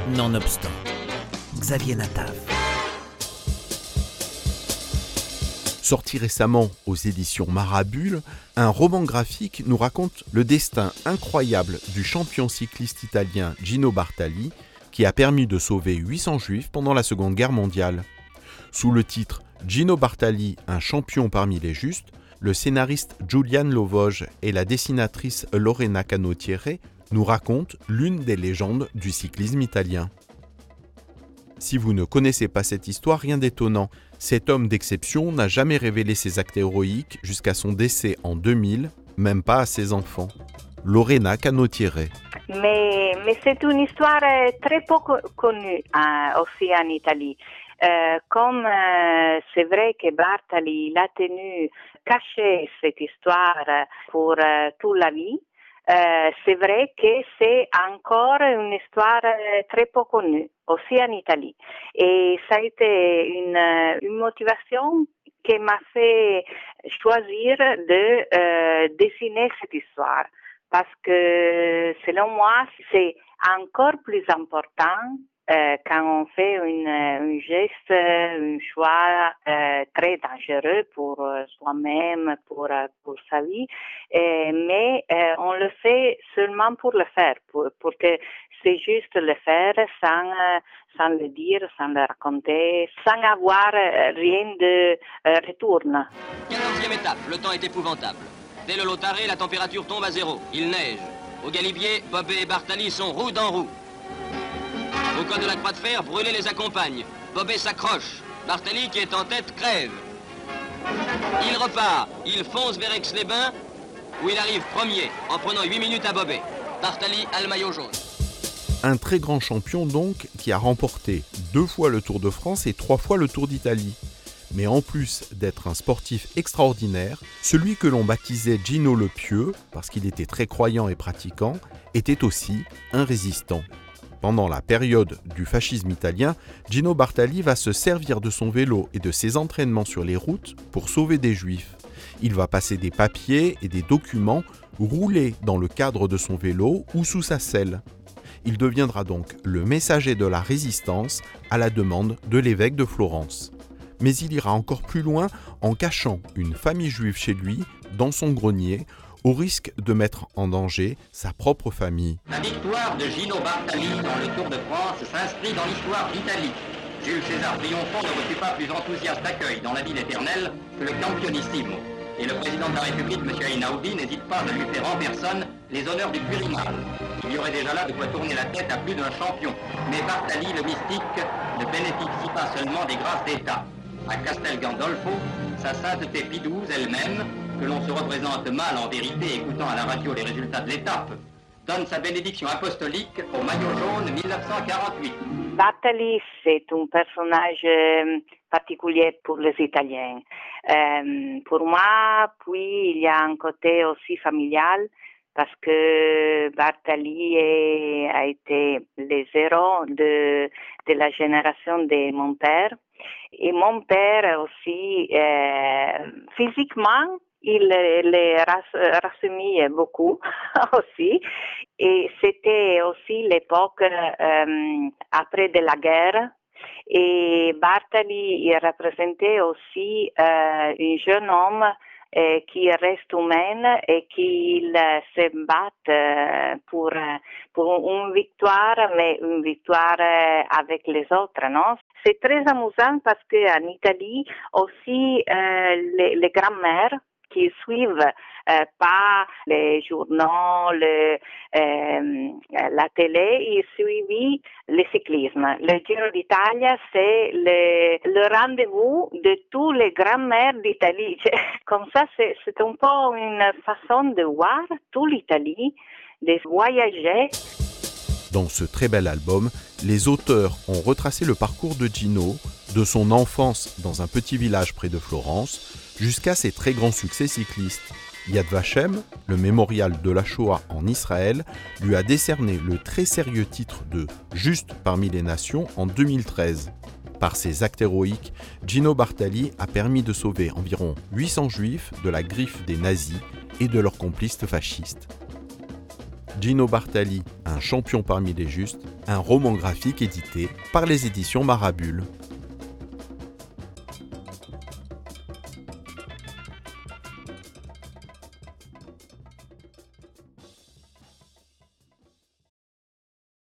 Nonobstant, Xavier Natav. Sorti récemment aux éditions Marabule, un roman graphique nous raconte le destin incroyable du champion cycliste italien Gino Bartali, qui a permis de sauver 800 juifs pendant la Seconde Guerre mondiale. Sous le titre « Gino Bartali, un champion parmi les justes », le scénariste Julian Lovoge et la dessinatrice Lorena Canottiere nous racontent l'une des légendes du cyclisme italien. Si vous ne connaissez pas cette histoire, rien d'étonnant. Cet homme d'exception n'a jamais révélé ses actes héroïques jusqu'à son décès en 2000, même pas à ses enfants. Lorena Canottiere. Mais c'est une histoire très peu connue aussi en Italie. Comme c'est vrai que Bartali l'a tenu caché cette histoire pour toute la vie, c'est vrai que c'est encore une histoire très peu connue, aussi en Italie. Et ça a été une motivation qui m'a fait choisir de dessiner cette histoire. Parce que, selon moi, c'est encore plus important quand on fait un geste, un choix très dangereux pour soi-même, pour sa vie, mais on le fait seulement pour le faire, pour que c'est juste le faire sans le dire, sans le raconter, sans avoir rien de retour. 14e étape, le temps est épouvantable. Dès le Lautare, la température tombe à 0. Il neige. Au Galibier, Bobet et Bartali sont roue dans roue. Au col de la Croix de Fer, Brûlé les accompagne. Bobet s'accroche. Bartali, qui est en tête, crève. Il repart. Il fonce vers Aix-les-Bains, où il arrive premier, en prenant 8 minutes à Bobet. Bartali a le maillot jaune. Un très grand champion donc, qui a remporté 2 fois le Tour de France et 3 fois le Tour d'Italie. Mais en plus d'être un sportif extraordinaire, celui que l'on baptisait Gino le Pieux, parce qu'il était très croyant et pratiquant, était aussi un résistant. Pendant la période du fascisme italien, Gino Bartali va se servir de son vélo et de ses entraînements sur les routes pour sauver des juifs. Il va passer des papiers et des documents roulés dans le cadre de son vélo ou sous sa selle. Il deviendra donc le messager de la résistance à la demande de l'évêque de Florence. Mais il ira encore plus loin en cachant une famille juive chez lui, dans son grenier, au risque de mettre en danger sa propre famille. La victoire de Gino Bartali dans le Tour de France s'inscrit dans l'histoire d'Italie. Jules César triomphant ne reçut pas plus enthousiaste accueil dans la ville éternelle que le Campionissimo. Et le président de la République, M. Einaudi, n'hésite pas à lui faire en personne les honneurs du Quirinal. Il y aurait déjà là de quoi tourner la tête à plus d'un champion. Mais Bartali, le mystique, ne bénéficie pas seulement des grâces d'État. À Castel Gandolfo, sa sainteté Pie XII elle-même, que l'on se représente mal en vérité écoutant à la radio les résultats de l'étape, donne sa bénédiction apostolique au maillot jaune 1948. Bartali, c'est un personnage particulier pour les Italiens. Pour moi, puis il y a un côté aussi familial, parce que Bartali a été le héros de la génération de mon père. Et mon père aussi, physiquement, il les rassemblait beaucoup aussi. Et c'était aussi l'époque après de la guerre. Et Bartali, il représentait aussi un jeune homme qui reste humain et qui se bat pour une victoire, mais une victoire avec les autres, non? C'est très amusant parce qu'en Italie aussi, les grands-mères qui suivent pas les journaux, la télé, ils suivent le cyclisme. Le Giro d'Italia, c'est le rendez-vous de tous les grands-mères d'Italie. Comme ça, c'est un peu une façon de voir toute l'Italie, de voyager. Dans ce très bel album, les auteurs ont retracé le parcours de Gino, de son enfance dans un petit village près de Florence, jusqu'à ses très grands succès cyclistes. Yad Vashem, le mémorial de la Shoah en Israël, lui a décerné le très sérieux titre de « Juste parmi les nations » en 2013. Par ses actes héroïques, Gino Bartali a permis de sauver environ 800 juifs de la griffe des nazis et de leurs complices fascistes. Gino Bartali, un champion parmi les justes, un roman graphique édité par les éditions Marabule.